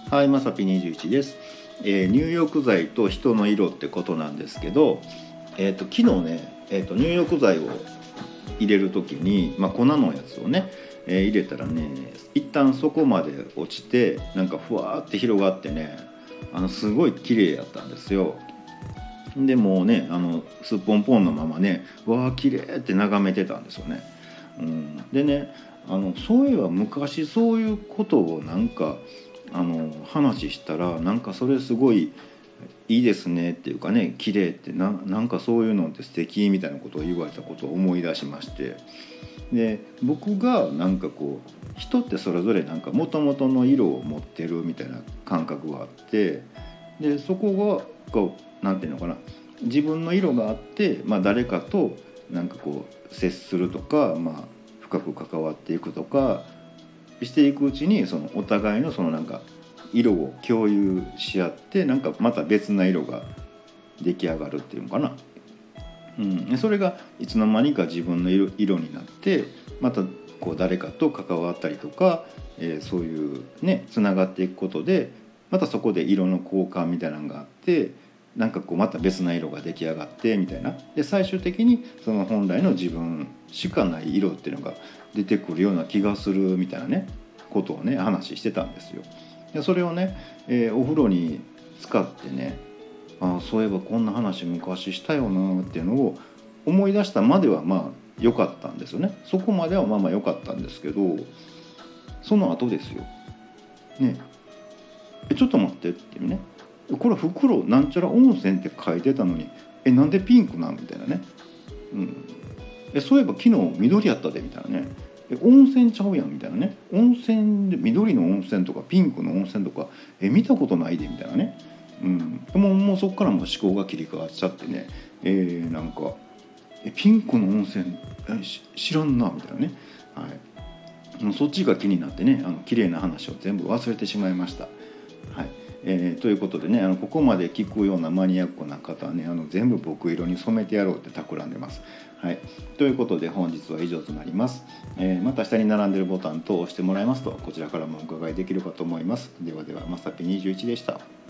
はい、まさぴ21です。入浴剤と人の色ってことなんですけど、昨日ね、入浴剤を入れる時に、粉のやつをね、入れたらね、一旦そこまで落ちて、なんかふわーって広がってね、すごい綺麗やったんですよ。でもうね、すっぽんぽんのままね、わー綺麗って眺めてたんですよね。でね、そういえば昔そういうことをなんか話したら、なんかそれすごいいいですねっていうかね、綺麗ってなんかそういうのって素敵みたいなことを言われたことを思い出しまして、で僕がなんかこう人ってそれぞれなんか元々の色を持ってるみたいな感覚があって、でそこがこうなんていうのかな、自分の色があって、誰かとなんかこう接するとか、深く関わっていくとかしていくうちに、そのお互いのそのなんか色を共有し合って、なんかまた別な色が出来上がるっていうのかな。それがいつの間にか自分の色になって、またこう誰かと関わったりとか、そういうねつながっていくことで、またそこで色の交換みたいなのがあって、なんかこうまた別な色が出来上がってみたいな、で最終的にその本来の自分しかない色っていうのが出てくるような気がするみたいなねことをね話してたんですよ。でそれをね、お風呂に使ってね、そういえばこんな話昔したよなっていうのを思い出したまでは良かったんですよね。そこまでは良かったんですけど、その後ですよね。ちょっと待ってっていうね、これ袋なんちゃら温泉って書いてたのになんでピンクなんみたいなね、そういえば昨日緑やったでみたいなね、温泉ちゃうやんみたいなね、温泉で緑の温泉とかピンクの温泉とか見たことないでみたいなね、もうそこからもう思考が切り替わっちゃってね、なんかピンクの温泉知らんなみたいなね、そっちが気になってね、綺麗な話を全部忘れてしまいました。ということでね、ここまで聞くようなマニアックな方はね、全部僕色に染めてやろうって企んでます。ということで本日は以上となります。また下に並んでいるボタンと押してもらいますと、こちらからもお伺いできるかと思います。ではでは、まさぴ21でした。